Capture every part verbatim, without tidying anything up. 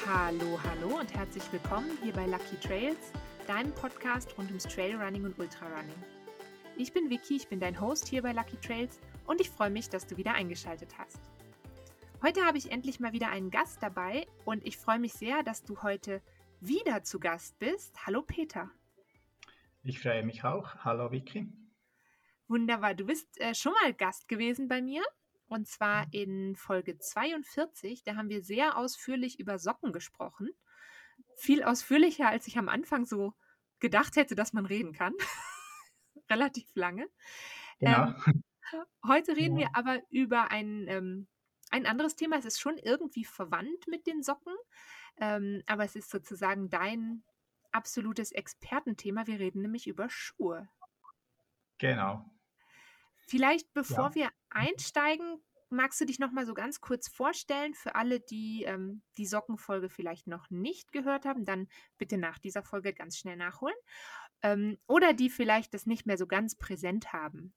Hallo, hallo und herzlich willkommen hier bei Lucky Trails, deinem Podcast rund ums Trailrunning und Ultrarunning. Ich bin Vicky, ich bin dein Host hier bei Lucky Trails und ich freue mich, dass du wieder eingeschaltet hast. Heute habe ich endlich mal wieder einen Gast dabei und ich freue mich sehr, dass du heute wieder zu Gast bist. Hallo Peter. Ich freue mich auch. Hallo Vicky. Wunderbar, du bist äh, schon mal Gast gewesen bei mir. Und zwar in Folge zweiundvierzig, da haben wir sehr ausführlich über Socken gesprochen. Viel ausführlicher, als ich am Anfang so gedacht hätte, dass man reden kann. Relativ lange. Genau. Ähm, heute reden Ja. wir aber über ein, ähm, ein anderes Thema. Es ist schon irgendwie verwandt mit den Socken, ähm, aber es ist sozusagen dein absolutes Expertenthema. Wir reden nämlich über Schuhe. Genau. Vielleicht bevor Ja. wir einsteigen, magst du dich noch mal so ganz kurz vorstellen für alle, die ähm, die Sockenfolge vielleicht noch nicht gehört haben, dann bitte nach dieser Folge ganz schnell nachholen. Ähm, oder die vielleicht das nicht mehr so ganz präsent haben.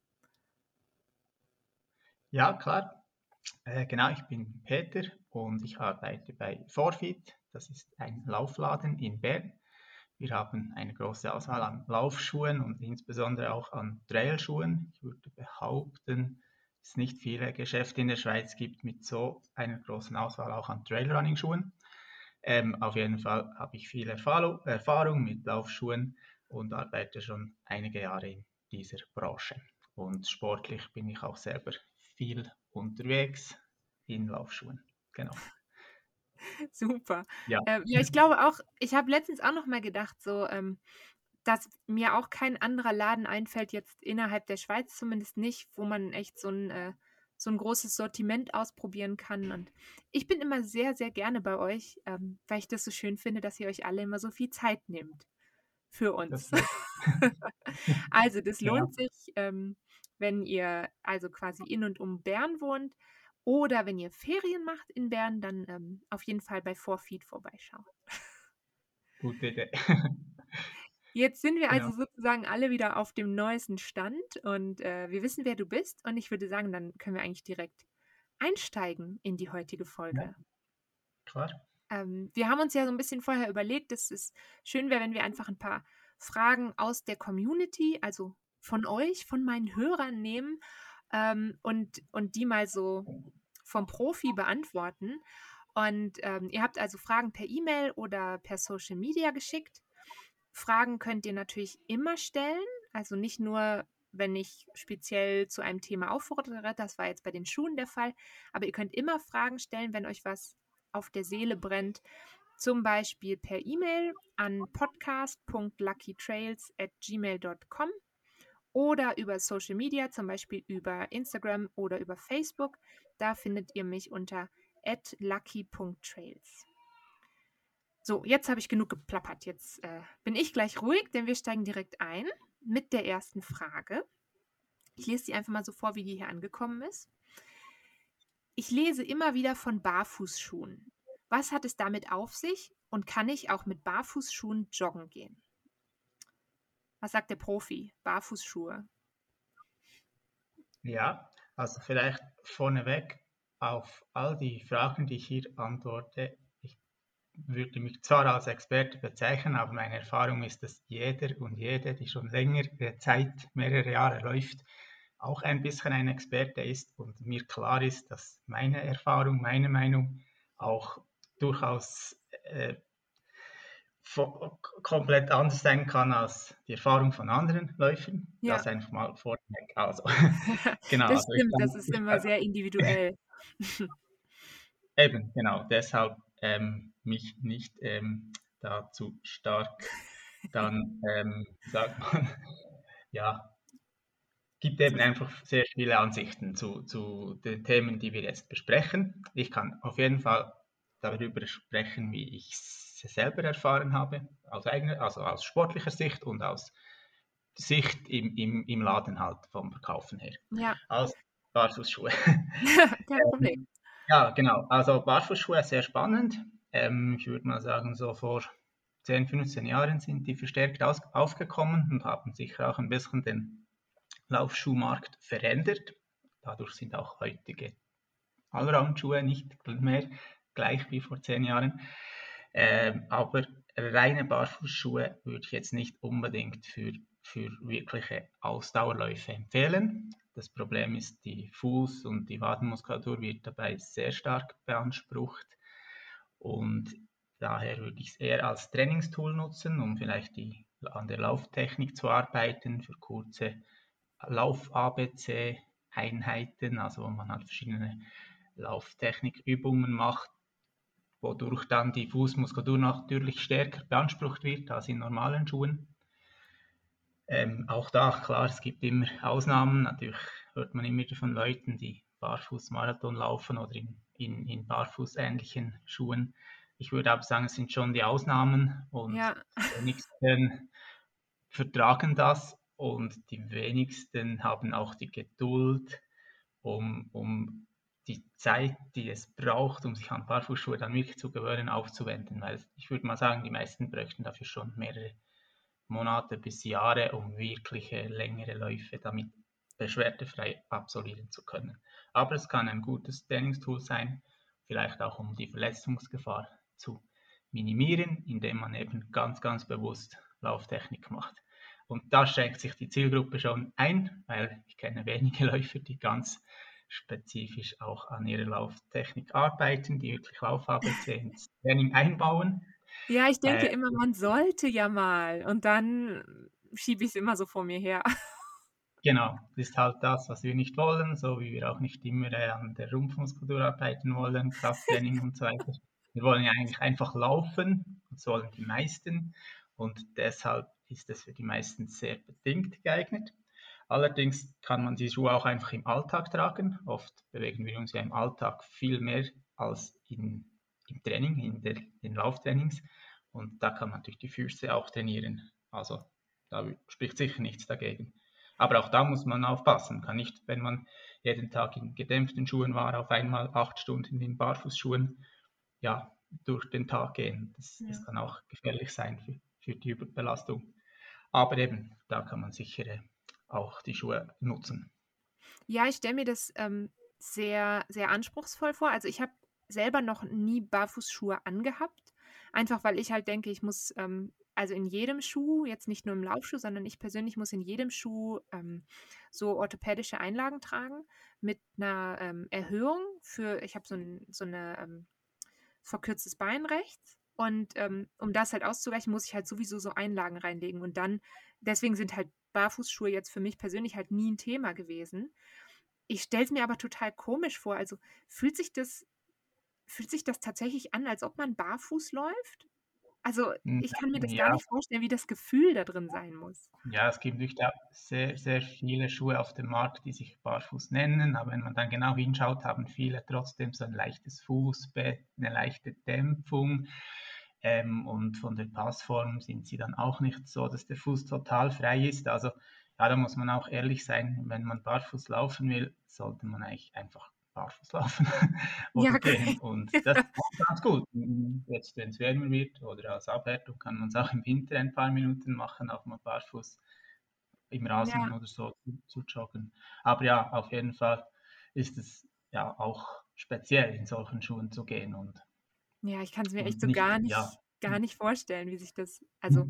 Ja, klar. Äh, genau, ich bin Peter und ich arbeite bei Forfeit. Das ist ein Laufladen in Bern. Wir haben eine große Auswahl an Laufschuhen und insbesondere auch an Trailschuhen. Ich würde behaupten, dass es nicht viele Geschäfte in der Schweiz gibt mit so einer großen Auswahl auch an Trailrunning-Schuhen. Ähm, auf jeden Fall habe ich viel Erfahrung, Erfahrung mit Laufschuhen und arbeite schon einige Jahre in dieser Branche. Und sportlich bin ich auch selber viel unterwegs in Laufschuhen. Genau. Super. Ja, Ähm, ja, ich glaube auch, ich habe letztens auch noch mal gedacht, so, ähm, dass mir auch kein anderer Laden einfällt, jetzt innerhalb der Schweiz zumindest nicht, wo man echt so ein, äh, so ein großes Sortiment ausprobieren kann. Und ich bin immer sehr, sehr gerne bei euch, ähm, weil ich das so schön finde, dass ihr euch alle immer so viel Zeit nehmt für das uns. freut Also, das mich. Ja, lohnt sich, ähm, wenn ihr also quasi in und um Bern wohnt oder wenn ihr Ferien macht in Bern, dann ähm, auf jeden Fall bei Forfeit vorbeischauen. gute Idee. Jetzt sind wir Genau. also sozusagen alle wieder auf dem neuesten Stand und äh, wir wissen, wer du bist. Und ich würde sagen, dann können wir eigentlich direkt einsteigen in die heutige Ja, Folge. klar. Ähm, wir haben uns ja so ein bisschen vorher überlegt, dass es schön wäre, wenn wir einfach ein paar Fragen aus der Community, also von euch, von meinen Hörern nehmen ähm, und, und die mal so vom Profi beantworten. Und ähm, ihr habt also Fragen per E-Mail oder per Social Media geschickt. Fragen könnt ihr natürlich immer stellen, also nicht nur, wenn ich speziell zu einem Thema auffordere, das war jetzt bei den Schuhen der Fall, aber ihr könnt immer Fragen stellen, wenn euch was auf der Seele brennt, zum Beispiel per E-Mail an podcast punkt luckytrails at gmail punkt com oder über Social Media, zum Beispiel über Instagram oder über Facebook. Da findet ihr mich unter at lucky punkt trails. So, jetzt habe ich genug geplappert. Jetzt äh, bin ich gleich ruhig, denn wir steigen direkt ein mit der ersten Frage. Ich lese die einfach mal so vor, wie die hier angekommen ist. Ich lese immer wieder von Barfußschuhen. Was hat es damit auf sich und kann ich auch mit Barfußschuhen joggen gehen? Was sagt der Profi? Barfußschuhe. Ja, also vielleicht vorneweg auf all die Fragen, die ich hier antworte. Ich würde mich zwar als Experte bezeichnen, aber meine Erfahrung ist, dass jeder und jede, die schon längere Zeit, mehrere Jahre läuft, auch ein bisschen ein Experte ist und mir klar ist, dass meine Erfahrung, meine Meinung auch durchaus äh, vo- komplett anders sein kann als die Erfahrung von anderen Läufern. Ja, Das einfach mal vorneweg. Also, genau, das also ich stimmt. Das kann, ist ich immer kann sehr individuell. eben, genau, deshalb ähm, mich nicht ähm, da zu stark dann, ähm, sagt man, ja, gibt eben einfach sehr viele Ansichten zu, zu den Themen, die wir jetzt besprechen. Ich kann auf jeden Fall darüber sprechen, wie ich es selber erfahren habe, aus eigener, also aus sportlicher Sicht und aus Sicht im, im, im Laden halt vom Verkaufen her. Ja, Als Barfußschuhe. kein Problem. Ja, genau. Also Barfußschuhe sehr spannend. Ähm, ich würde mal sagen, so vor zehn, fünfzehn Jahren sind die verstärkt aus, aufgekommen und haben sicher auch ein bisschen den Laufschuhmarkt verändert. Dadurch sind auch heutige Allround-Schuhe nicht mehr gleich wie vor zehn Jahren. Ähm, aber reine Barfußschuhe würde ich jetzt nicht unbedingt für, für wirkliche Ausdauerläufe empfehlen. Das Problem ist, die Fuß- und die Wadenmuskulatur wird dabei sehr stark beansprucht und daher würde ich es eher als Trainingstool nutzen, um vielleicht die, an der Lauftechnik zu arbeiten, für kurze Lauf-A B C-Einheiten, also wo man halt verschiedene Lauftechnikübungen macht, wodurch dann die Fußmuskulatur natürlich stärker beansprucht wird als in normalen Schuhen. Ähm, auch da, klar, es gibt immer Ausnahmen. Natürlich hört man immer wieder von Leuten, die Barfuß-Marathon laufen oder in, in, in barfußähnlichen Schuhen. Ich würde aber sagen, es sind schon die Ausnahmen und Ja. die wenigsten vertragen das und die wenigsten haben auch die Geduld, um, um die Zeit, die es braucht, um sich an Barfußschuhe dann wirklich zu gewöhnen, aufzuwenden. Weil ich würde mal sagen, die meisten bräuchten dafür schon mehrere Monate bis Jahre, um wirkliche längere Läufe damit beschwerdefrei absolvieren zu können. Aber es kann ein gutes Trainingstool sein, vielleicht auch um die Verletzungsgefahr zu minimieren, indem man eben ganz, ganz bewusst Lauftechnik macht. Und da schränkt sich die Zielgruppe schon ein, weil ich kenne wenige Läufer, die ganz spezifisch auch an ihrer Lauftechnik arbeiten, die wirklich Lauf-A B C ins Training einbauen. Ja, ich denke Äh, immer, man sollte ja mal und dann schiebe ich es immer so vor mir her. Genau, das ist halt das, was wir nicht wollen, so wie wir auch nicht immer äh, an der Rumpfmuskulatur arbeiten wollen, Krafttraining und so weiter. Wir wollen ja eigentlich einfach laufen, das wollen die meisten und deshalb ist es für die meisten sehr bedingt geeignet. Allerdings kann man die Schuhe auch einfach im Alltag tragen. Oft bewegen wir uns ja im Alltag viel mehr als in, im Training, in der, den Lauftrainings. Und da kann man natürlich die Füße auch trainieren. Also da spricht sicher nichts dagegen. Aber auch da muss man aufpassen. Man kann nicht, wenn man jeden Tag in gedämpften Schuhen war, auf einmal acht Stunden in Barfußschuhen ja, durch den Tag gehen. Das, das Ja. kann auch gefährlich sein für, für die Überbelastung. Aber eben, da kann man sicher äh, auch die Schuhe nutzen. Ja, ich stelle mir das, ähm, sehr, sehr anspruchsvoll vor. Also, ich habe selber noch nie Barfußschuhe angehabt, einfach weil ich halt denke, ich muss, ähm also, in jedem Schuh, jetzt nicht nur im Laufschuh, sondern ich persönlich muss in jedem Schuh, ähm, so orthopädische Einlagen tragen mit einer ähm, Erhöhung für ich habe so 'n so 'ne, ähm, verkürztes Bein rechts und, ähm, um das halt auszugleichen, muss ich halt sowieso so Einlagen reinlegen und dann deswegen sind halt Barfußschuhe jetzt für mich persönlich halt nie ein Thema gewesen. Ich stelle es mir aber total komisch vor. Also, fühlt sich das fühlt sich das tatsächlich an, als ob man barfuß läuft? Also, Hm, ich kann mir das gar Ja, nicht vorstellen, wie das Gefühl da drin sein muss. ja, es gibt natürlich auch sehr, sehr viele Schuhe auf dem Markt, die sich barfuß nennen, aber wenn man dann genau hinschaut, haben viele trotzdem so ein leichtes Fußbett, eine leichte Dämpfung. Ähm, und von der Passform sind sie dann auch nicht so, dass der Fuß total frei ist. Also ja, da muss man auch ehrlich sein, wenn man barfuß laufen will, sollte man eigentlich einfach barfuß laufen Ja, oder okay. gehen. Und das ist auch ganz gut. Jetzt, wenn es wärmer wird oder als Abhärtung, kann man es auch im Winter ein paar Minuten machen, auch mal barfuß im Rasen Ja. oder so zu, zu joggen. Aber ja, auf jeden Fall ist es ja auch speziell, in solchen Schuhen zu gehen und, Ja, ich kann's mir echt und so nicht, gar ja. nicht gar nicht vorstellen, wie sich das also,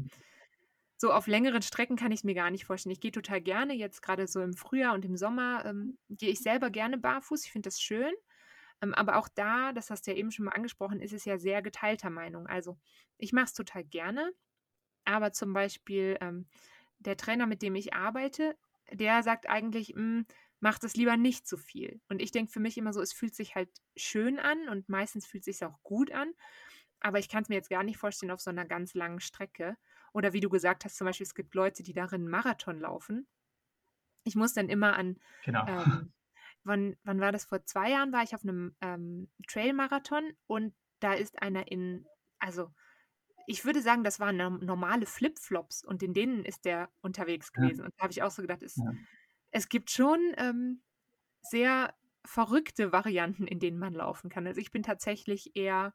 so auf längeren Strecken kann ich's mir gar nicht vorstellen. Ich gehe total gerne jetzt grade so im Frühjahr und im Sommer, ähm, gehe ich selber gerne barfuß. Ich finde das schön. Ähm, aber auch da, das hast du ja eben schon mal angesprochen, ist es ja sehr geteilter Meinung. Also, ich mache es total gerne, aber zum Beispiel, ähm, der Trainer, mit dem ich arbeite, der sagt eigentlich: „Hm, mach das lieber nicht zu viel.“ Und ich denke für mich immer so, es fühlt sich halt schön an und meistens fühlt sich's auch gut an, aber ich kann's mir jetzt gar nicht vorstellen auf so 'ner ganz langen Strecke. Oder wie du gesagt hast, zum Beispiel, es gibt Leute, die darin 'n Marathon laufen. Ich muss dann immer an, Genau. ähm wann wann war das? Vor zwei Jahren war ich auf 'nem, ähm, Trail-Marathon und da ist einer in also, ich würde sagen, das waren norm normale Flipflops und in denen ist der unterwegs Ja, gewesen. Und da habe ich auch so gedacht, es ja. es gibt schon, ähm, sehr verrückte Varianten, in denen man laufen kann. Also, ich bin tatsächlich eher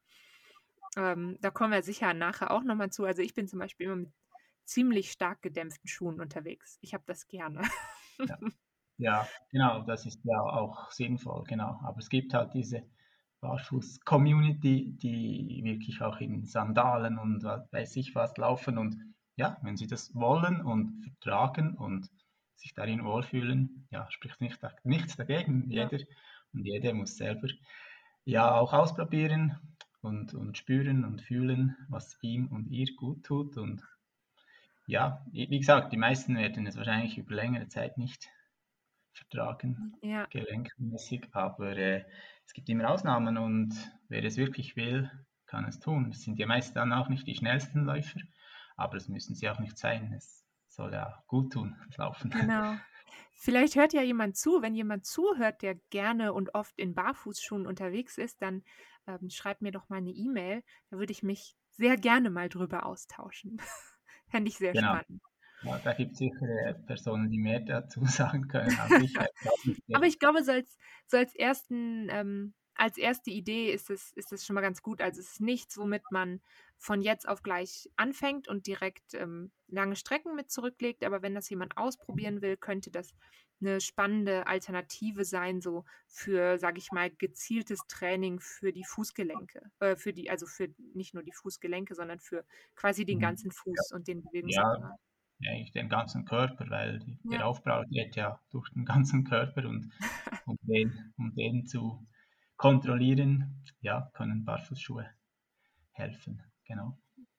ähm, da kommen wir sicher nachher auch noch mal zu. Also, ich bin zum Beispiel immer mit ziemlich stark gedämpften Schuhen unterwegs. Ich habe das gerne. Ja. Ja, genau, das ist ja auch sinnvoll, genau. Aber es gibt halt diese Barfuß-Community, die wirklich auch in Sandalen und was weiß ich was laufen. Und ja, wenn sie das wollen und vertragen und sich darin wohlfühlen, ja, spricht nicht, nichts dagegen. Ja, Jeder und jede muss selber ja auch ausprobieren und, und spüren und fühlen, was ihm und ihr gut tut. Und ja, wie wie gesagt, die meisten werden es wahrscheinlich über längere Zeit nicht vertragen, ja, gelenkmäßig, aber äh, es gibt immer Ausnahmen und wer es wirklich will, kann es tun. Es sind ja meist dann auch nicht die schnellsten Läufer, aber es müssen sie auch nicht sein. Es soll ja gut tun, das Laufen. genau. Vielleicht hört ja jemand zu. Wenn jemand zuhört, der gerne und oft in Barfußschuhen unterwegs ist, dann ähm, schreibt mir doch mal eine E-Mail. Da würde ich mich sehr gerne mal drüber austauschen. Fände ich sehr Genau. spannend. Ja, da gibt es sicher äh, Personen, die mehr dazu sagen können als ich. Ich glaube nicht, Aber der- ich glaube, so als, so als ersten, ähm, als erste Idee ist es, ist es schon mal ganz gut. Also es ist nichts, womit man von jetzt auf gleich anfängt und direkt ähm, lange Strecken mit zurücklegt. Aber wenn das jemand ausprobieren will, könnte das eine spannende Alternative sein, so für, sage ich mal, gezieltes Training für die Fußgelenke. Äh, für die, also für nicht nur die Fußgelenke, sondern für quasi den Mhm. ganzen Fuß und den Ja, Bewegungsapparat. ja, eigentlich den ganzen Körper, weil die, der Ja. Aufbau geht ja durch den ganzen Körper und um den, um den zu kontrollieren, ja, können Barfußschuhe helfen. Genau.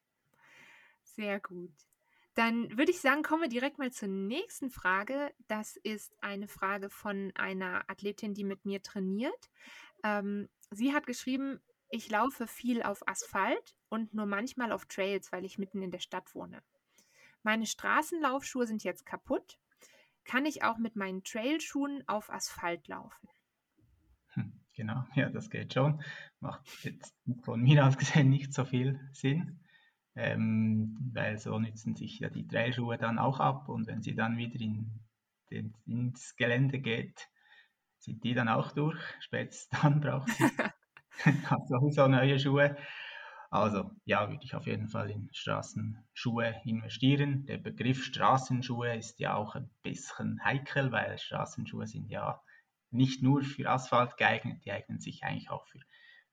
Sehr gut. Dann würde ich sagen, kommen wir direkt mal zur nächsten Frage. Das ist eine Frage von einer Athletin, die mit mir trainiert. Ähm, sie hat geschrieben, ich laufe viel auf Asphalt und nur manchmal auf Trails, weil ich mitten in der Stadt wohne. Meine Straßenlaufschuhe sind jetzt kaputt. Kann ich auch mit meinen Trailschuhen auf Asphalt laufen? Hm, genau, ja, das geht schon. Macht jetzt von mir aus gesehen nicht so viel Sinn, ähm, weil so nützen sich ja die Trailschuhe dann auch ab und wenn sie dann wieder in den, ins Gelände geht, sind die dann auch durch. Spätestens dann braucht sie hat sowieso neue Schuhe. Also ja, würde ich auf jeden Fall in Straßenschuhe investieren. Der Begriff Straßenschuhe ist ja auch ein bisschen heikel, weil Straßenschuhe sind ja nicht nur für Asphalt geeignet, die eignen sich eigentlich auch für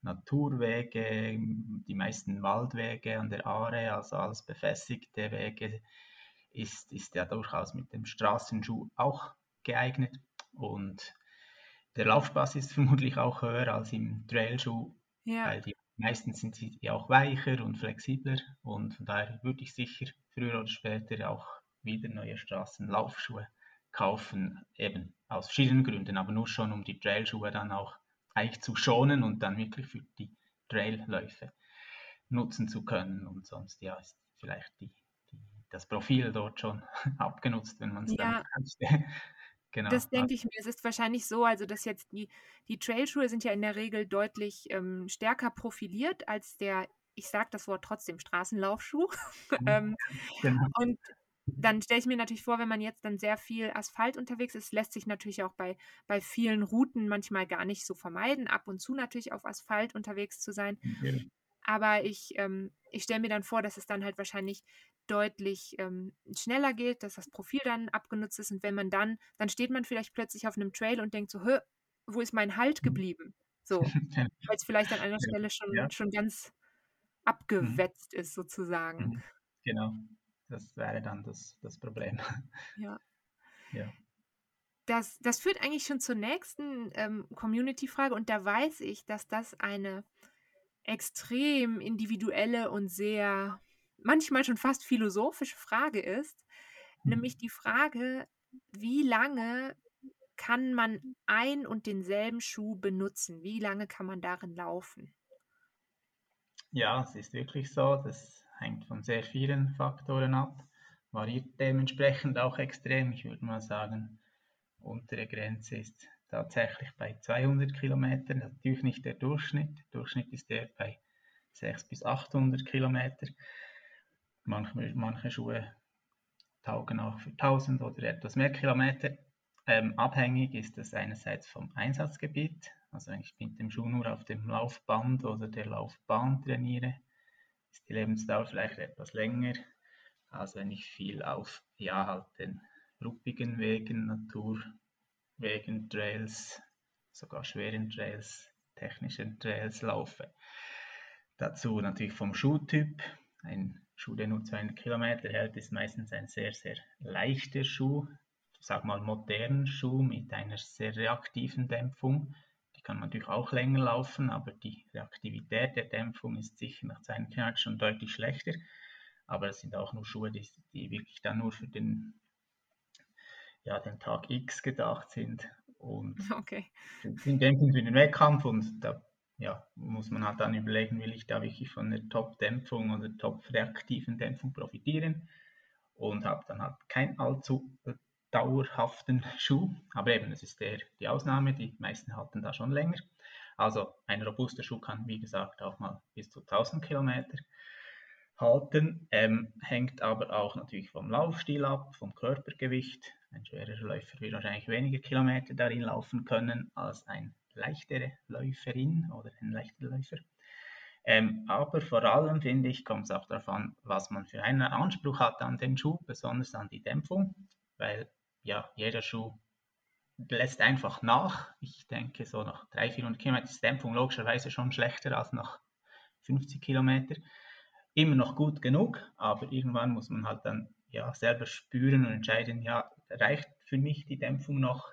Naturwege, die meisten Waldwege an der Aare, also als befestigte Wege, ist, ist ja durchaus mit dem Straßenschuh auch geeignet. Und der Laufspaß ist vermutlich auch höher als im Trailschuh, Ja, weil die meistens sind sie ja auch weicher und flexibler und von daher würde ich sicher früher oder später auch wieder neue Straßenlaufschuhe kaufen, eben aus verschiedenen Gründen, aber nur schon um die Trailschuhe dann auch eigentlich zu schonen und dann wirklich für die Trailläufe nutzen zu können und sonst ja ist vielleicht die, die, das Profil dort schon abgenutzt, wenn man es damit ja, möchte. Genau, das denke ich mir. Es ist wahrscheinlich so, also dass jetzt die, die Trailschuhe sind ja in der Regel deutlich ähm, stärker profiliert als der, ich sage das Wort trotzdem, Straßenlaufschuh. ähm, genau. und dann stelle ich mir natürlich vor, wenn man jetzt dann sehr viel Asphalt unterwegs ist, lässt sich natürlich auch bei, bei vielen Routen manchmal gar nicht so vermeiden, ab und zu natürlich auf Asphalt unterwegs zu sein. Natürlich. Aber ich, ähm, ich stelle mir dann vor, dass es dann halt wahrscheinlich deutlich ähm, schneller geht, dass das Profil dann abgenutzt ist. Und wenn man dann, dann steht man vielleicht plötzlich auf einem Trail und denkt so, hä, wo ist mein Halt geblieben? So, weil es vielleicht an einer Ja, Stelle ja. schon, schon ganz Mhm. abgewetzt ist, sozusagen. Mhm. Genau. Das wäre dann das, das Problem. Ja. Ja. Das, das führt eigentlich schon zur nächsten ähm, Community-Frage und da weiß ich, dass das eine extrem individuelle und sehr, manchmal schon fast philosophische Frage ist, nämlich die Frage, wie lange kann man ein und denselben Schuh benutzen? Wie lange kann man darin laufen? Ja, es ist wirklich so. Das hängt von sehr vielen Faktoren ab. Variiert dementsprechend auch extrem. Ich würde mal sagen, untere Grenze ist tatsächlich bei zweihundert Kilometern. Natürlich nicht der Durchschnitt. Der Durchschnitt ist der bei sechshundert bis achthundert Kilometer. Manche, manche Schuhe taugen auch für tausend oder etwas mehr Kilometer. Ähm, abhängig ist es einerseits vom Einsatzgebiet, also wenn ich mit dem Schuh nur auf dem Laufband oder der Laufbahn trainiere, ist die Lebensdauer vielleicht etwas länger, als wenn ich viel auf ja, halt den ruppigen Wegen, Naturwegen, Trails, sogar schweren Trails technischen Trails laufe. Dazu natürlich vom Schuhtyp. Ein Schuh, der nur zweihundert Kilometer hält, ist meistens ein sehr, sehr leichter Schuh. Ich sage mal modernen Schuh mit einer sehr reaktiven Dämpfung. Die kann natürlich auch länger laufen, aber die Reaktivität der Dämpfung ist sicher nach zweihundert Kilometern schon deutlich schlechter. Aber es sind auch nur Schuhe, die, die wirklich dann nur für den, ja, den Tag X gedacht sind und Okay. in dem Sinne für den Wettkampf. Und da ja, muss man halt dann überlegen, will ich da wirklich von der Top-Dämpfung oder top-reaktiven Dämpfung profitieren und habe dann halt keinen allzu dauerhaften Schuh. Aber eben, es ist der, die Ausnahme, die meisten halten da schon länger. Also ein robuster Schuh kann, wie gesagt, auch mal bis zu tausend Kilometer halten, ähm, hängt aber auch natürlich vom Laufstil ab, vom Körpergewicht. Ein schwerer Läufer wird wahrscheinlich weniger Kilometer darin laufen können als ein leichtere Läuferin oder ein leichter Läufer. Ähm, aber vor allem, finde ich, kommt es auch darauf an, was man für einen Anspruch hat an den Schuh, besonders an die Dämpfung, weil ja, jeder Schuh lässt einfach nach. Ich denke, so nach dreihundert, vierhundert Kilometer ist Dämpfung logischerweise schon schlechter als nach fünfzig Kilometer. Immer noch gut genug, aber irgendwann muss man halt dann ja selber spüren und entscheiden, ja, reicht für mich die Dämpfung noch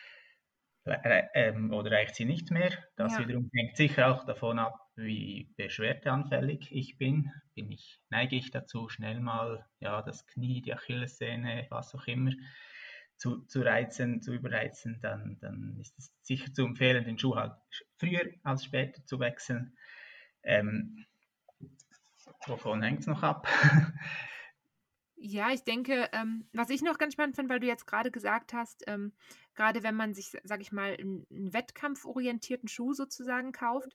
ähm, oder reicht sie nicht mehr? Das Ja. wiederum hängt sicher auch davon ab, wie beschwerdeanfällig ich bin. Bin ich, neige ich dazu, schnell mal ja, das Knie, die Achillessehne, was auch immer, zu, zu reizen, zu überreizen, dann, dann ist es sicher zu empfehlen, den Schuh halt früher als später zu wechseln. Ähm, wovon hängt es noch ab? Ja, ich denke, ähm, was ich noch ganz spannend finde, weil du jetzt gerade gesagt hast, ähm, gerade wenn man sich, sage ich mal, einen, einen wettkampforientierten Schuh sozusagen kauft,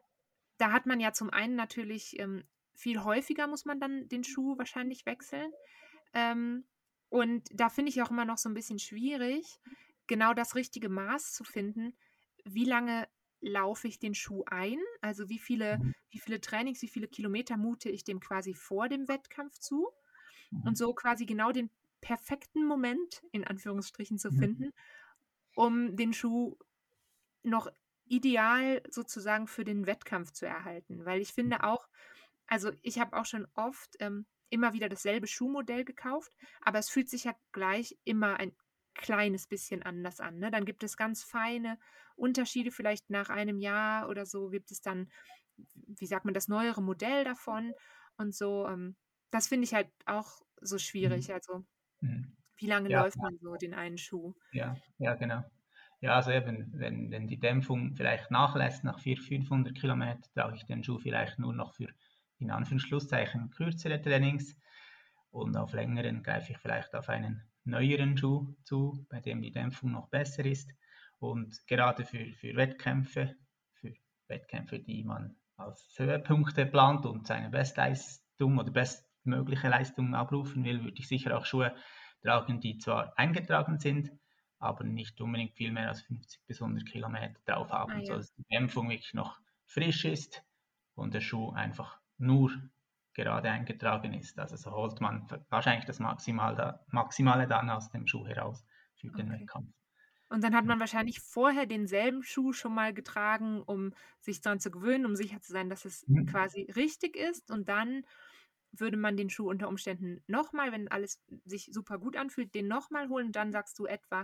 da hat man ja zum einen natürlich ähm, viel häufiger muss man dann den Schuh wahrscheinlich wechseln. Ähm, und da finde ich auch immer noch so ein bisschen schwierig, genau das richtige Maß zu finden. Wie lange laufe ich den Schuh ein? Also wie viele, Mhm. wie viele Trainings, wie viele Kilometer mute ich dem quasi vor dem Wettkampf zu? Und Mhm. so quasi genau den perfekten Moment in Anführungsstrichen zu Mhm. finden, um den Schuh noch ideal sozusagen für den Wettkampf zu erhalten. Weil ich finde auch, also ich habe auch schon oft ähm, immer wieder dasselbe Schuhmodell gekauft, aber es fühlt sich ja gleich immer ein kleines bisschen anders an. Ne? Dann gibt es ganz feine Unterschiede, vielleicht nach einem Jahr oder so gibt es dann, wie sagt man, das neuere Modell davon und so. Ähm, das finde ich halt auch so Mhm. schwierig. Also Mhm. wie lange Ja, läuft man so den einen Schuh? ja, ja, genau. Ja, also eben, wenn, wenn die Dämpfung vielleicht nachlässt nach vierhundert, fünfhundert Kilometer, trage ich den Schuh vielleicht nur noch für, in Anführungsschlusszeichen, kürzere Trainings und auf längeren greife ich vielleicht auf einen neueren Schuh zu, bei dem die Dämpfung noch besser ist. Und gerade für, für Wettkämpfe, für Wettkämpfe, die man als Höhepunkte plant und seine Bestleistung oder bestmögliche Leistung abrufen will, würde ich sicher auch Schuhe tragen, die zwar eingetragen sind, aber nicht unbedingt viel mehr als fünfzig bis hundert Kilometer drauf Ah haben, ja, sodass die Dämpfung wirklich noch frisch ist und der Schuh einfach nur gerade eingetragen ist. Also so holt man wahrscheinlich das Maximal da, Maximale dann aus dem Schuh heraus für den okay. Wettkampf. Und dann hat man wahrscheinlich vorher denselben Schuh schon mal getragen, um sich dran zu gewöhnen, um sicher zu sein, dass es Mhm. quasi richtig ist. Und dann würde man den Schuh unter Umständen noch mal, wenn alles sich super gut anfühlt, den noch mal holen. Und dann sagst du etwa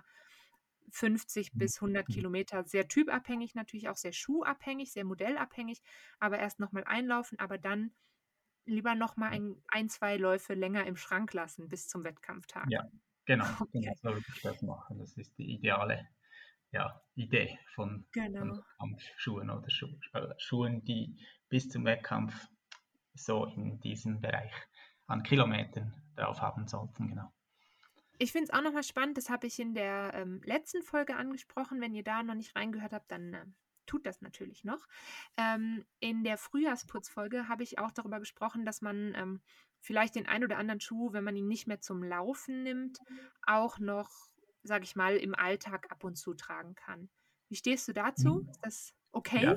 fünfzig bis hundert Mhm. Kilometer, sehr typabhängig, natürlich auch sehr schuhabhängig, sehr modellabhängig, aber erst noch mal einlaufen, aber dann lieber noch mal ein, ein, zwei Läufe länger im Schrank lassen bis zum Wettkampftag. Ja, genau, genau, Okay, so würde ich das machen. Das ist die ideale ja, Idee von, von genau. Kampfschuhen oder Schu äh, Schuhen, die bis zum Wettkampf so in diesem Bereich an Kilometern drauf haben sollten. Genau. Ich finde es auch noch mal spannend, das habe ich in der, ähm, letzten Folge angesprochen. Wenn ihr da noch nicht reingehört habt, dann, ähm, tut das natürlich noch. Ähm, in der Frühjahrsputzfolge habe ich auch darüber gesprochen, dass man, ähm, vielleicht den ein oder anderen Schuh, wenn man ihn nicht mehr zum Laufen nimmt, auch noch, sage ich mal, im Alltag ab und zu tragen kann. Wie stehst du dazu? Mhm. Ist das okay? Ja.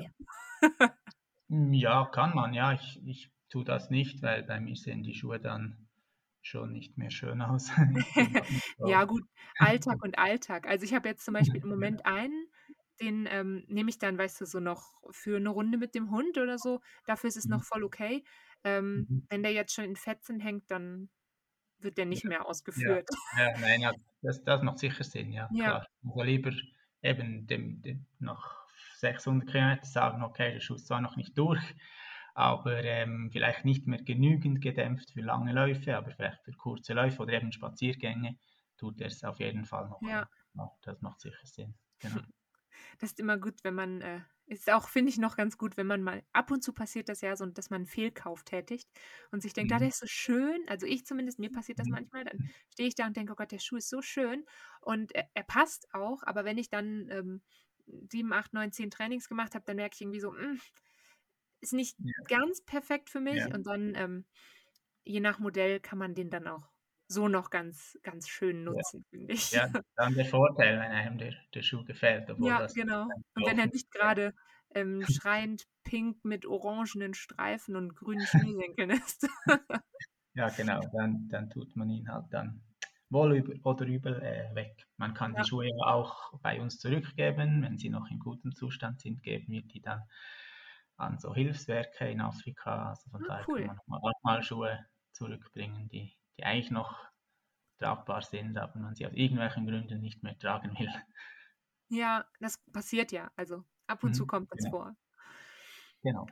Ja, kann man, ja. Ich, ich tue das nicht, weil bei mir sehen die Schuhe dann schon nicht mehr schön aus. Ich bin auch nicht Ja so. gut, Alltag und Alltag. Also, ich habe jetzt zum Beispiel im Moment einen. den, ähm, nehme ich dann, weißt du, so noch für 'ne Runde mit dem Hund oder so. Dafür ist es Mhm. noch voll okay. Ähm, Mhm. wenn der jetzt schon in Fetzen hängt, dann wird der Ja, nicht mehr ja, ausgeführt. ja, nein, ja, das das macht sicher Sinn, ja, Ja, klar. Also lieber eben dem dem nach sechshundert Kilometer sagen: „Okay, der Schuh ist zwar noch nicht durch, aber, ähm, vielleicht nicht mehr genügend gedämpft für lange Läufe, aber vielleicht für kurze Läufe oder eben Spaziergänge tut er's auf jeden Fall noch“, ja. ja. Ja, das macht sicher Sinn, genau. Das ist immer gut, wenn man, äh ist auch, finde ich, noch ganz gut, wenn man mal ab und zu passiert das ja so, dass man 'n Fehlkauf tätigt und sich denkt: „Ah, der Mhm, ist so schön.“ Also, ich zumindest, mir passiert das mhm, manchmal, dann stehe ich da und denke: „Oh Gott, der Schuh ist so schön und er er passt auch.“ Aber wenn ich dann, ähm, sieben, acht, neun, zehn Trainings gemacht habe, dann merke ich irgendwie so: „Hm, ist nicht ja, ganz perfekt für ja, mich.“ Und dann, ähm, je nach Modell kann man den dann auch so noch ganz, ganz schön ja, nutzen, finde ich. ja, dann der Vorteil, wenn einem der der Schuh gefällt, obwohl Ja, das genau. beim Und wenn er Laufen nicht grade, ähm, schreiend pink mit orangenen Streifen und grünen Schnürsenkeln ist. ja, genau, dann dann tut man ihn halt dann wohl übel oder übel, äh, weg. Man kann die Ja. Schuhe ja auch bei uns zurückgeben. Wenn sie noch in gutem Zustand sind, geben wir die dann an so Hilfswerke in Afrika. Also, von Ah, daher kann cool. man auch mal Schuhe zurückbringen, die die eigentlich noch tragbar sind, aber man sie aus irgendwelchen Gründen nicht mehr tragen will. Ja, das passiert ja. Also, ab und zu Mhm, kommt das genau, vor. genau.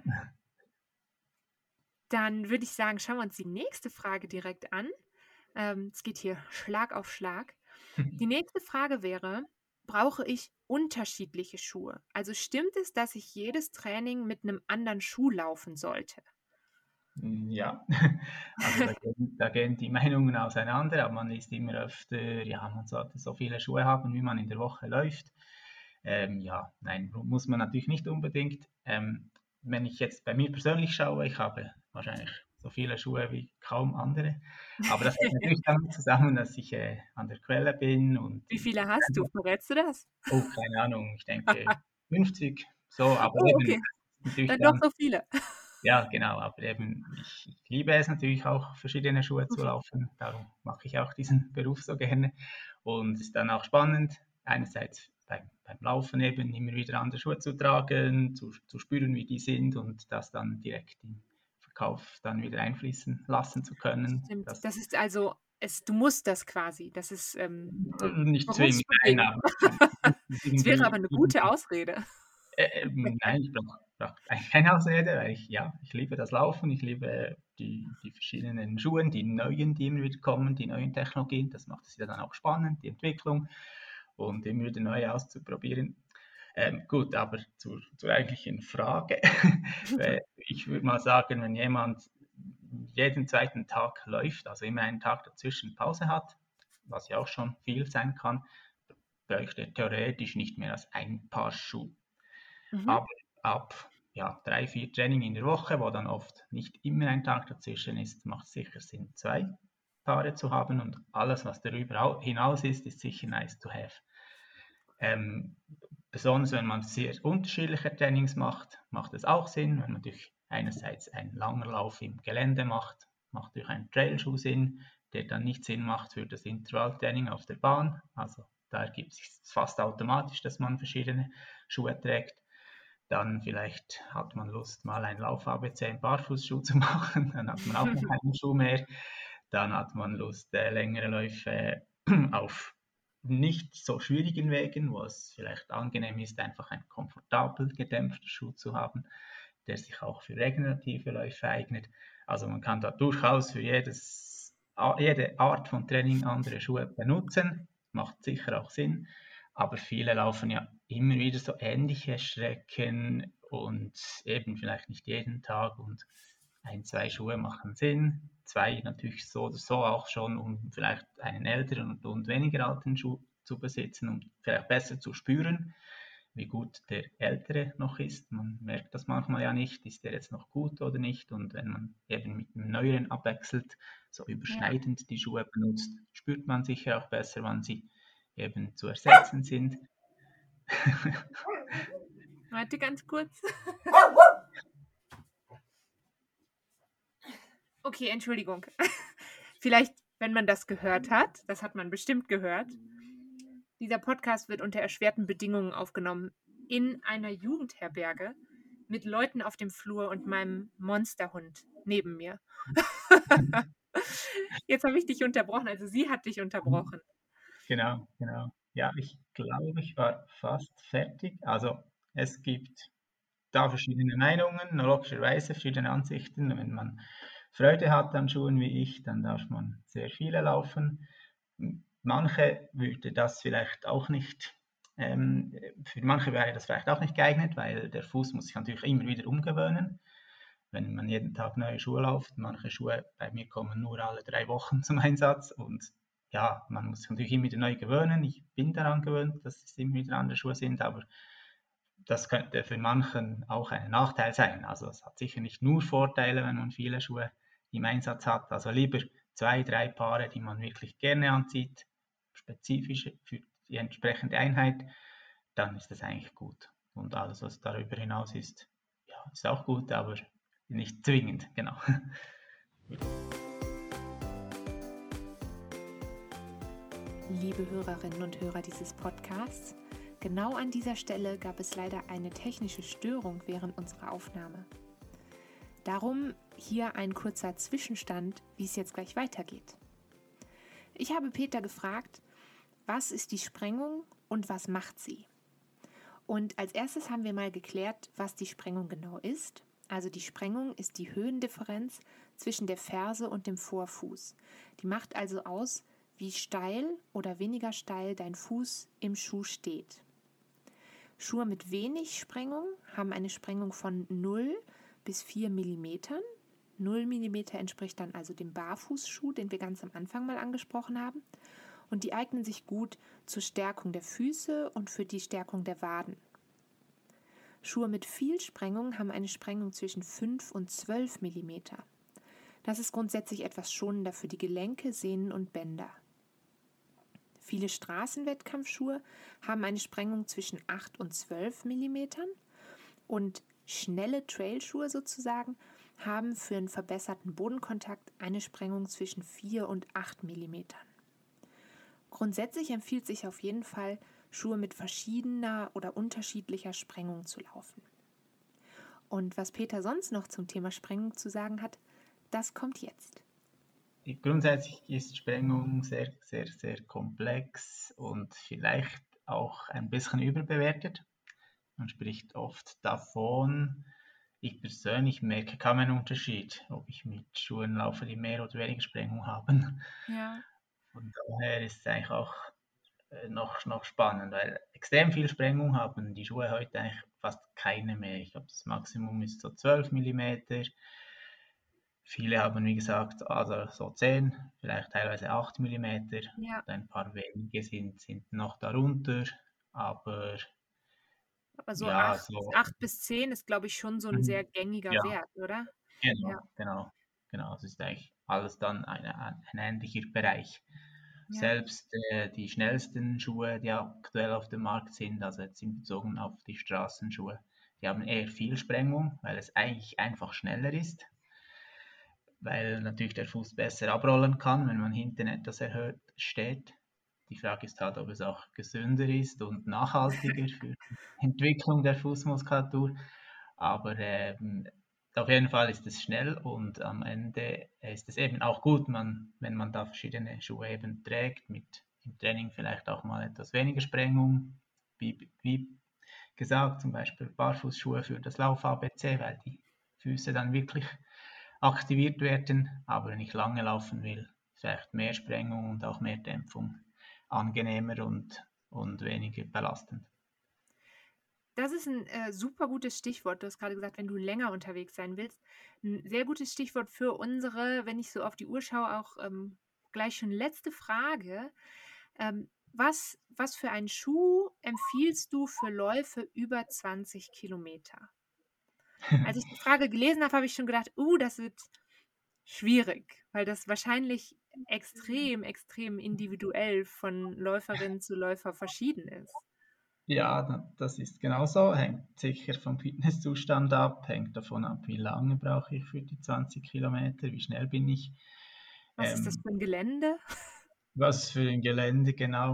Dann würde ich sagen, schauen wir uns die nächste Frage direkt an. Ähm, es geht hier Schlag auf Schlag. Die nächste Frage wäre: Brauche ich unterschiedliche Schuhe? Also, stimmt es, dass ich jedes Training mit 'nem anderen Schuh laufen sollte? Hm, ja, also da gehen da gehen die Meinungen auseinander, aber man liest immer öfter, ja, man sollte so viele Schuhe haben, wie man in der Woche läuft. Ähm, ja, nein, mu muss man natürlich nicht unbedingt. Ähm, wenn ich jetzt bei mir persönlich schaue, ich habe wahrscheinlich so viele Schuhe wie kaum andere, aber das hängt natürlich damit zusammen, dass ich, äh, an der Quelle bin und Wie die viele hast du? Verrätst du das? oh, keine Ahnung, ich denke fünfzig, so, aber Oh, eben okay, natürlich dann doch dann so viele. ja, genau, aber eben, ich ich liebe es natürlich auch, verschiedene Schuhe zu Mhm. laufen. Darum mache ich auch diesen Beruf so gerne und es ist dann auch spannend, einerseits beim beim Laufen eben immer wieder andere Schuhe zu tragen, zu zu spüren, wie die sind und das dann direkt im Verkauf dann wieder einfließen lassen zu können. Stimmt. Das Das ist also es du musst das quasi. Das ist, ähm, nicht zwingend, nein, berufsbedingt. aber Es wäre irgendwie aber 'ne gute irgendwie Ausrede. Äh, ähm, nein, ich brauche brauche eigentlich keine Ausrede, weil ich ja, ich liebe das Laufen, ich liebe die die verschiedenen Schuhen, die neuen, die immer wieder kommen, die neuen Technologien. Das macht es ja dann auch spannend, die Entwicklung und immer wieder neu auszuprobieren. Ähm, gut, aber zur zur eigentlichen Frage. Äh, ich würde mal sagen, wenn jemand jeden zweiten Tag läuft, also immer einen Tag dazwischen Pause hat, was ja auch schon viel sein kann, bräuchte er theoretisch nicht mehr als ein Paar Schuhe. Mhm. Aber ab ja, drei, vier Training in der Woche, wo dann oft nicht immer ein Tag dazwischen ist, macht es sicher Sinn, zwei Paare zu haben und alles, was darüber hinaus ist, ist sicher nice to have. Ähm, besonders wenn man sehr unterschiedliche Trainings macht, macht es auch Sinn. Wenn man durch einerseits einen langen Lauf im Gelände macht, macht durch einen Trailschuh Sinn, der dann nicht Sinn macht für das Intervalltraining auf der Bahn. Also da ergibt es sich fast automatisch, dass man verschiedene Schuhe trägt. Dann vielleicht hat man Lust, mal ein Lauf-A B C im Barfußschuh zu machen, dann hat man auch noch einen Schuh mehr. Dann hat man Lust, äh, längere Läufe auf nicht so schwierigen Wegen, wo es vielleicht angenehm ist, einfach einen komfortabel gedämpften Schuh zu haben, der sich auch für regenerative Läufe eignet. Also man kann da durchaus für jedes, jede Art von Training andere Schuhe benutzen, macht sicher auch Sinn. Aber viele laufen ja immer wieder so ähnliche Strecken und eben vielleicht nicht jeden Tag und ein, zwei Schuhe machen Sinn. Zwei natürlich so oder so auch schon, um vielleicht einen älteren und, und weniger alten Schuh zu besitzen, um vielleicht besser zu spüren, wie gut der ältere noch ist. Man merkt das manchmal ja nicht, ist der jetzt noch gut oder nicht. Und wenn man eben mit dem neueren abwechselt, so Ja. überschneidend die Schuhe benutzt, spürt man sicher auch besser, wann sie eben zu ersetzen sind. Warte ganz kurz. Okay, Entschuldigung. Vielleicht, wenn man das gehört hat, das hat man bestimmt gehört. Dieser Podcast wird unter erschwerten Bedingungen aufgenommen. in einer Jugendherberge mit Leuten auf dem Flur und meinem Monsterhund neben mir. Jetzt habe ich dich unterbrochen, also sie hat dich unterbrochen. Genau, genau. Ja, ich glaube, ich war fast fertig. Also es gibt da verschiedene Meinungen, logischerweise verschiedene Ansichten. Wenn man Freude hat an Schuhen wie ich, dann darf man sehr viele laufen. M- Manche würde das vielleicht auch nicht, ähm, für manche wäre das vielleicht auch nicht geeignet, weil der Fuß muss sich natürlich immer wieder umgewöhnen. Wenn man jeden Tag neue Schuhe läuft, manche Schuhe bei mir kommen nur alle drei Wochen zum Einsatz und ja, man muss sich natürlich immer wieder neu gewöhnen. Ich bin daran gewöhnt, dass es immer wieder andere Schuhe sind, aber das könnte für manchen auch ein Nachteil sein. Also es hat sicher nicht nur Vorteile, wenn man viele Schuhe im Einsatz hat. Also lieber zwei, drei Paare, die man wirklich gerne anzieht, spezifisch für die entsprechende Einheit, dann ist das eigentlich gut. Und alles, was darüber hinaus ist, ja, ist auch gut, aber nicht zwingend, genau. Liebe Hörerinnen und Hörer dieses Podcasts, genau an dieser Stelle gab es leider eine technische Störung während unserer Aufnahme. Darum hier ein kurzer Zwischenstand, wie es jetzt gleich weitergeht. Ich habe Peter gefragt, was ist die Sprengung und was macht sie? Und als erstes haben wir mal geklärt, was die Sprengung genau ist. Also die Sprengung ist die Höhendifferenz zwischen der Ferse und dem Vorfuß. Die macht also aus, wie steil oder weniger steil dein Fuß im Schuh steht. Schuhe mit wenig Sprengung haben eine Sprengung von null bis vier Millimetern. null Millimeter entspricht dann also dem Barfußschuh, den wir ganz am Anfang mal angesprochen haben. Und die eignen sich gut zur Stärkung der Füße und für die Stärkung der Waden. Schuhe mit viel Sprengung haben eine Sprengung zwischen fünf und zwölf Millimeter. Das ist grundsätzlich etwas schonender für die Gelenke, Sehnen und Bänder. Viele Straßenwettkampfschuhe haben eine Sprengung zwischen acht und zwölf Millimetern und schnelle Trailschuhe sozusagen haben für einen verbesserten Bodenkontakt eine Sprengung zwischen vier und acht Millimetern. Grundsätzlich empfiehlt sich auf jeden Fall, Schuhe mit verschiedener oder unterschiedlicher Sprengung zu laufen. Und was Peter sonst noch zum Thema Sprengung zu sagen hat, das kommt jetzt. Grundsätzlich ist Sprengung sehr, sehr, sehr komplex und vielleicht auch ein bisschen überbewertet. Man spricht oft davon. Ich persönlich merke kaum einen Unterschied, ob ich mit Schuhen laufe, die mehr oder weniger Sprengung haben. Ja. Von daher ist es eigentlich auch äh, noch, noch spannend, weil extrem viel Sprengung haben die Schuhe heute eigentlich fast keine mehr. Ich glaube, das Maximum ist so zwölf Millimeter. Viele haben, wie gesagt, also so zehn, vielleicht teilweise acht Millimeter. Ja. Ein paar wenige sind, sind noch darunter, aber Aber so ja, acht, so. acht bis zehn ist, glaube ich, schon so ein sehr Mhm. gängiger Ja, Wert, oder? Ja, genau, genau, genau. Es ist eigentlich alles dann eine, ein, ein ähnlicher Bereich. ja. Selbst äh, die schnellsten Schuhe, die aktuell auf dem Markt sind, also jetzt in Bezug auf die Straßenschuhe, die haben eher viel Sprengung, weil es eigentlich einfach schneller ist, weil natürlich der Fuß besser abrollen kann, wenn man hinten etwas erhöht steht. Die Frage ist halt, ob es auch gesünder ist und nachhaltiger für die Entwicklung der Fußmuskulatur. Aber ähm, auf jeden Fall ist es schnell und am Ende ist es eben auch gut, man, wenn man da verschiedene Schuhe eben trägt, mit im Training vielleicht auch mal etwas weniger Sprengung, wie, wie gesagt, zum Beispiel Barfußschuhe für das Lauf-A B C, weil die Füße dann wirklich aktiviert werden, aber wenn ich lange laufen will, vielleicht mehr Sprengung und auch mehr Dämpfung angenehmer und, und weniger belastend. Das ist ein äh, super gutes Stichwort. Du hast gerade gesagt, wenn du länger unterwegs sein willst. Ein sehr gutes Stichwort für unsere, wenn ich so auf die Uhr schaue, auch ähm, gleich schon letzte Frage. Ähm, was, was für einen Schuh empfiehlst du für Läufe über zwanzig Kilometer? Als ich die Frage gelesen habe, habe ich schon gedacht, uh, das wird schwierig, weil das wahrscheinlich extrem, extrem individuell von Läuferin zu Läufer verschieden ist. Ja, das ist genauso, hängt sicher vom Fitnesszustand ab, hängt davon ab, wie lange brauche ich für die zwanzig Kilometer, wie schnell bin ich, Was ist das ähm, für ein Gelände? was für ein Gelände genau.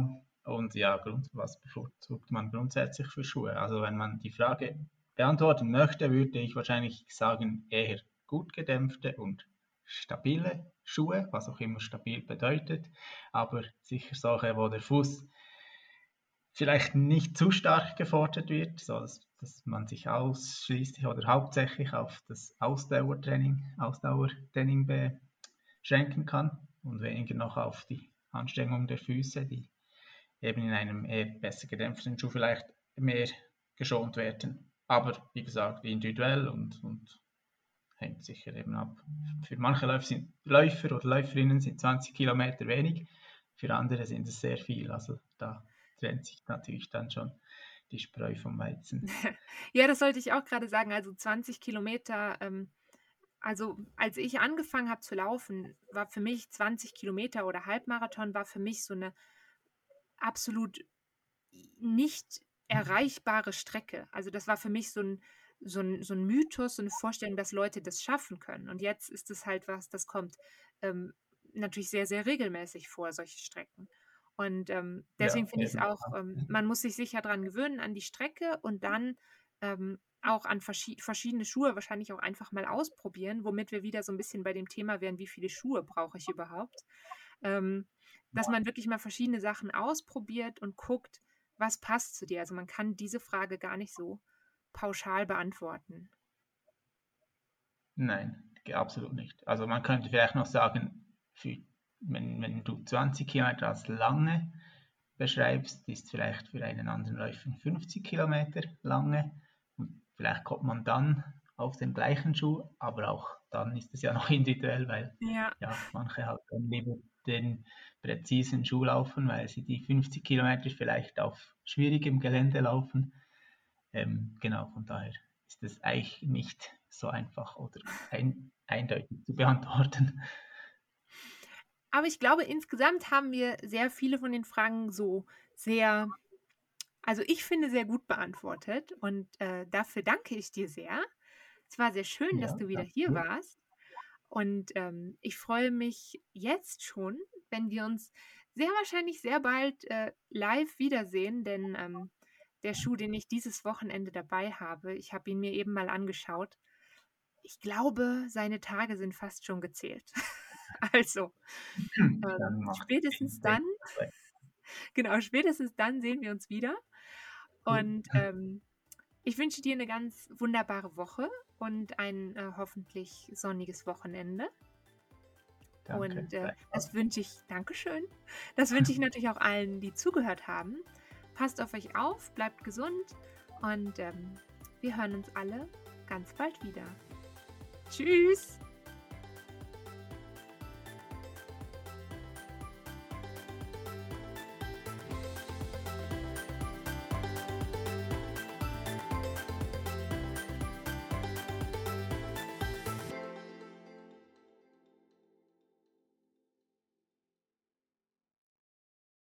Und ja, Grund, was bevorzugt man grundsätzlich für Schuhe? Also wenn man die Frage beantworten möchte, würde ich wahrscheinlich sagen, eher gut gedämpfte und stabile Schuhe, was auch immer stabil bedeutet, aber sicher solche, wo der Fuß vielleicht nicht zu stark gefordert wird, so dass, dass man sich ausschließlich oder hauptsächlich auf das Ausdauertraining, Ausdauertraining beschränken kann und weniger noch auf die Anstrengung der Füße, die eben in einem eher besser gedämpften Schuh vielleicht mehr geschont werden. Aber wie gesagt, individuell und, und hängt sicher eben ab. Für manche Läufer, sind, Läufer oder Läuferinnen sind zwanzig Kilometer wenig, für andere sind es sehr viel. Also da trennt sich natürlich dann schon die Spreu vom Weizen. Ja, das sollte ich auch gerade sagen. Also zwanzig Kilometer, ähm, also als ich angefangen habe zu laufen, war für mich zwanzig Kilometer oder Halbmarathon war für mich so eine absolut nicht erreichbare Strecke. Also das war für mich so ein, so ein, so ein Mythos, so eine Vorstellung, dass Leute das schaffen können. Und jetzt ist es halt was, das kommt ähm, natürlich sehr, sehr regelmäßig vor, solche Strecken. Und ähm, deswegen Ja, finde ich es eben. auch, ähm, man muss sich sicher dran gewöhnen, an die Strecke und dann ähm, auch an verschi verschiedene Schuhe wahrscheinlich auch einfach mal ausprobieren, womit wir wieder so ein bisschen bei dem Thema wären, wie viele Schuhe brauche ich überhaupt? Ähm, dass man wirklich mal verschiedene Sachen ausprobiert und guckt, was passt zu dir? Also man kann diese Frage gar nicht so pauschal beantworten. Nein, absolut nicht. Also man könnte vielleicht noch sagen, für, wenn, wenn du zwanzig Kilometer als lange beschreibst, ist vielleicht für einen anderen Läufer fünfzig Kilometer lange. Und vielleicht kommt man dann auf den gleichen Schuh, aber auch dann ist es ja noch individuell, weil Ja. ja, manche halt dann lieber den präzisen Schuh laufen, weil sie die fünfzig Kilometer vielleicht auf schwierigem Gelände laufen. Ähm, genau, von daher ist es eigentlich nicht so einfach oder ein, eindeutig zu beantworten. Aber ich glaube, insgesamt haben wir sehr viele von den Fragen so sehr, also ich finde, sehr gut beantwortet. Und äh, dafür danke ich dir sehr. Es war sehr schön, dass Ja, du wieder hier danke. warst. Und ähm, ich freue mich jetzt schon, wenn wir uns sehr wahrscheinlich sehr bald äh, live wiedersehen, denn ähm, der Schuh, den ich dieses Wochenende dabei habe, ich habe ihn mir eben mal angeschaut. Ich glaube, seine Tage sind fast schon gezählt. Also, ähm, Dann macht spätestens es dann, genau, spätestens dann sehen wir uns wieder. Und ähm, ich wünsche dir eine ganz wunderbare Woche und ein äh, hoffentlich sonniges Wochenende. Danke. Und äh, das wünsche ich, Dankeschön, das wünsche ich natürlich auch allen, die zugehört haben. Passt auf euch auf, bleibt gesund und ähm, wir hören uns alle ganz bald wieder. Tschüss!